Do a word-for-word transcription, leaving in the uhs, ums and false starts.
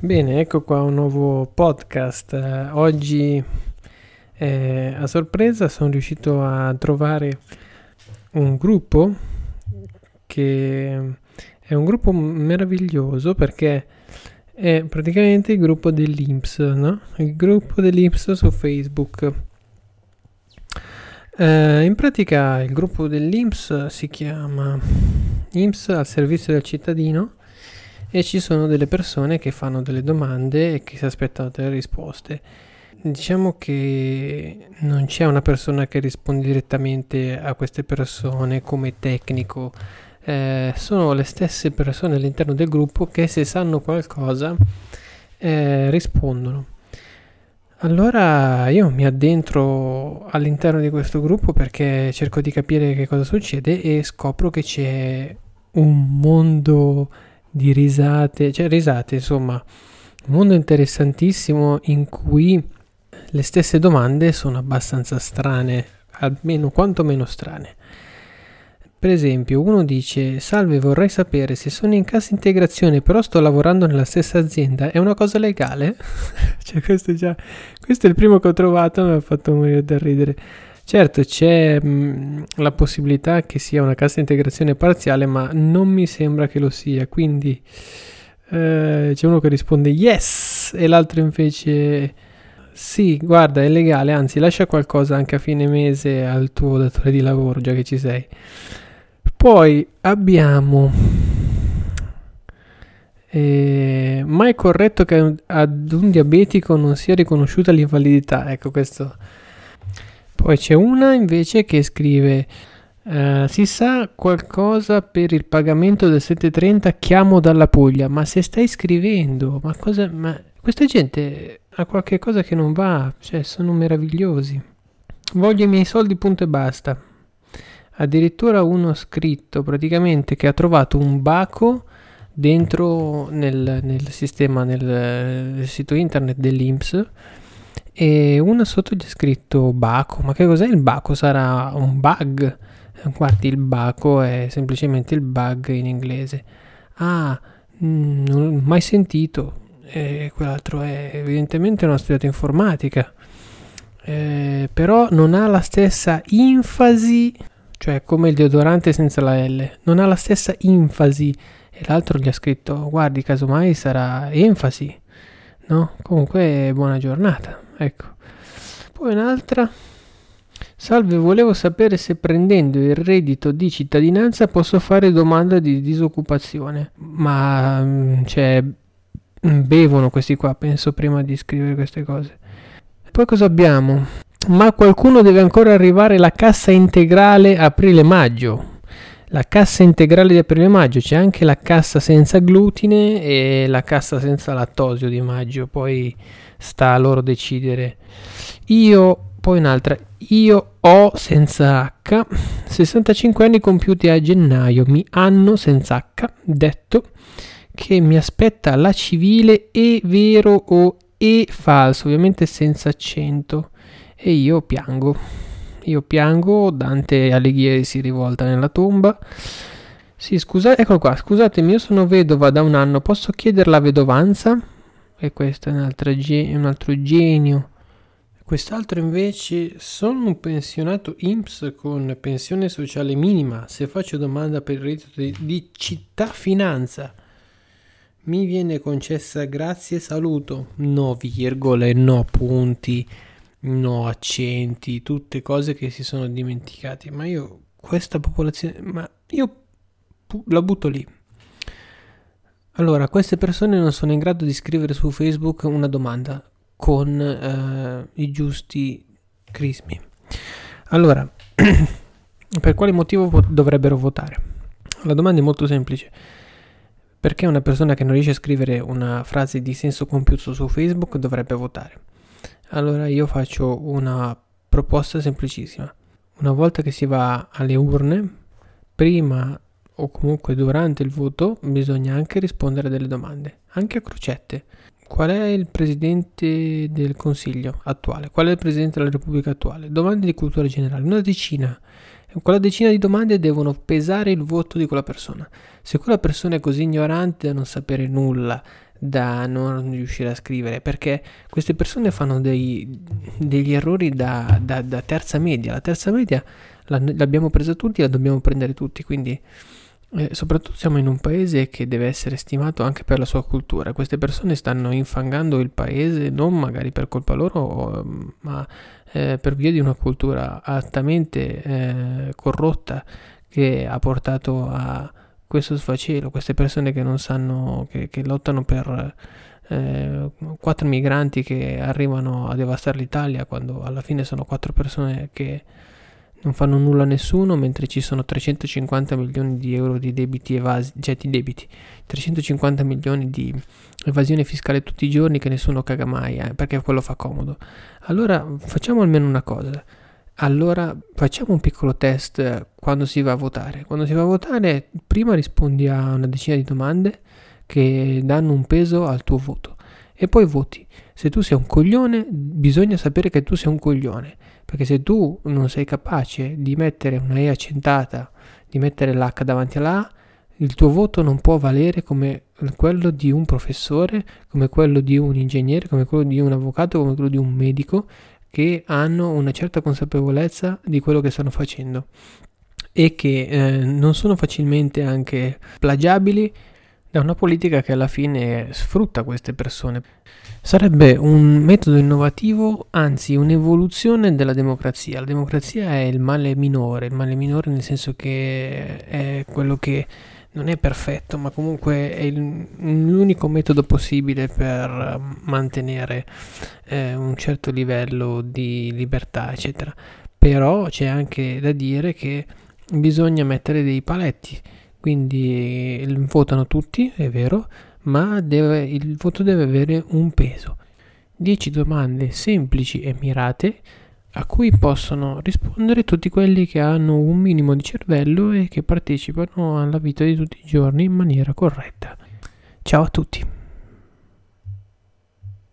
Bene, ecco qua un nuovo podcast. Eh, oggi eh, a sorpresa sono riuscito a trovare un gruppo che è un gruppo meraviglioso perché è praticamente il gruppo dell'I N P S, no? Il gruppo dell'I N P S su Facebook. Eh, in pratica il gruppo dell'I N P S si chiama I N P S al servizio del cittadino e ci sono delle persone che fanno delle domande e che si aspettano delle risposte. Diciamo che non c'è una persona che risponde direttamente a queste persone come tecnico, eh, sono le stesse persone all'interno del gruppo che se sanno qualcosa eh, rispondono. Allora io mi addentro all'interno di questo gruppo perché cerco di capire che cosa succede e scopro che c'è un mondo di risate, cioè risate insomma, un mondo interessantissimo in cui le stesse domande sono abbastanza strane, almeno quantomeno strane. Per esempio, uno dice: salve, vorrei sapere se sono in cassa integrazione però sto lavorando nella stessa azienda, è una cosa legale? Cioè questo è già, questo è il primo che ho trovato, mi ha fatto morire da ridere. Certo, c'è mh, la possibilità che sia una cassa integrazione parziale, ma non mi sembra che lo sia, quindi eh, c'è uno che risponde yes e l'altro invece sì, guarda, è legale, anzi lascia qualcosa anche a fine mese al tuo datore di lavoro, già che ci sei. Poi abbiamo eh, ma è corretto che ad un diabetico non sia riconosciuta l'invalidità? Ecco, questo. Poi c'è una invece che scrive: uh, si sa qualcosa per il pagamento del settecentotrenta, chiamo dalla Puglia. Ma se stai scrivendo, ma cosa, ma questa gente ha qualche cosa che non va, cioè sono meravigliosi. Voglio i miei soldi, punto e basta. Addirittura uno ha scritto praticamente che ha trovato un baco dentro nel, nel sistema, nel, nel sito internet dell'I N P S, e una sotto gli ha scritto baco. Ma che cos'è il baco? Sarà un bug? Guardi, il baco è semplicemente il bug in inglese. Ah, non l'ho mai sentito. E quell'altro è evidentemente non ha studiato informatica, eh, però non ha la stessa enfasi, cioè come il deodorante senza la L, non ha la stessa enfasi. E l'altro gli ha scritto: guardi, casomai sarà enfasi, no? Comunque buona giornata. Ecco. Poi un'altra: salve, volevo sapere se prendendo il reddito di cittadinanza posso fare domanda di disoccupazione. Ma cioè bevono questi qua, penso, prima di scrivere queste cose. Poi cosa abbiamo? Ma qualcuno deve ancora arrivare la cassa integrale aprile-maggio. La cassa integrale di aprile-maggio, c'è anche la cassa senza glutine e la cassa senza lattosio di maggio, poi sta a loro decidere. Io, poi un'altra, io ho senza H, sessantacinque anni compiuti a gennaio, mi hanno senza H detto che mi aspetta la civile e vero o e falso, ovviamente senza accento, e io piango. Io piango, Dante Alighieri si rivolta nella tomba. Sì, scusate, eccolo qua, scusatemi, io sono vedova da un anno, posso chiedere la vedovanza? E questo è un altro, ge- un altro genio. Quest'altro invece: sono un pensionato I N P S con pensione sociale minima, se faccio domanda per il reddito di, di cittadinanza mi viene concessa, grazie, saluto. No virgole, no punti, no accenti, tutte cose che si sono dimenticati. Ma io questa popolazione, ma io la butto lì. Allora, queste persone non sono in grado di scrivere su Facebook una domanda con eh, i giusti crismi. Allora, per quale motivo vo- dovrebbero votare? La domanda è molto semplice: perché una persona che non riesce a scrivere una frase di senso compiuto su Facebook dovrebbe votare? Allora io faccio una proposta semplicissima. Una volta che si va alle urne, prima o comunque durante il voto, bisogna anche rispondere a delle domande, anche a crocette. Qual è il presidente del Consiglio attuale? Qual è il presidente della Repubblica attuale? Domande di cultura generale, una decina. Quella decina di domande devono pesare il voto di quella persona. Se quella persona è così ignorante da non sapere nulla da non riuscire a scrivere, perché queste persone fanno dei, degli errori da, da, da terza media. La terza media l'abbiamo presa tutti, la dobbiamo prendere tutti, quindi eh, soprattutto siamo in un paese che deve essere stimato anche per la sua cultura. Queste persone stanno infangando il paese non magari per colpa loro, ma eh, per via di una cultura altamente eh, corrotta che ha portato a questo sfacelo, queste persone che non sanno, che, che lottano per eh, quattro migranti che arrivano a devastare l'Italia, quando alla fine sono quattro persone che non fanno nulla a nessuno, mentre ci sono trecentocinquanta milioni di euro di debiti evasi, cioè di debiti, trecentocinquanta milioni di evasione fiscale tutti i giorni che nessuno caga mai, eh, perché quello fa comodo. Allora facciamo almeno una cosa. Allora facciamo un piccolo test quando si va a votare. Quando si va a votare, prima rispondi a una decina di domande che danno un peso al tuo voto e poi voti. Se tu sei un coglione, bisogna sapere che tu sei un coglione, perché se tu non sei capace di mettere una E accentata, di mettere l'H davanti alla A, il tuo voto non può valere come quello di un professore, come quello di un ingegnere, come quello di un avvocato, come quello di un medico, che hanno una certa consapevolezza di quello che stanno facendo e che eh, non sono facilmente anche plagiabili da una politica che alla fine sfrutta queste persone. Sarebbe un metodo innovativo, anzi un'evoluzione della democrazia. La democrazia è il male minore, il male minore nel senso che è quello che non è perfetto, ma comunque è il, l'unico metodo possibile per mantenere eh, un certo livello di libertà, eccetera. Però c'è anche da dire che bisogna mettere dei paletti, quindi eh, votano tutti, è vero, ma deve, il voto deve avere un peso. dieci domande semplici e mirate a cui possono rispondere tutti quelli che hanno un minimo di cervello e che partecipano alla vita di tutti i giorni in maniera corretta. Ciao a tutti!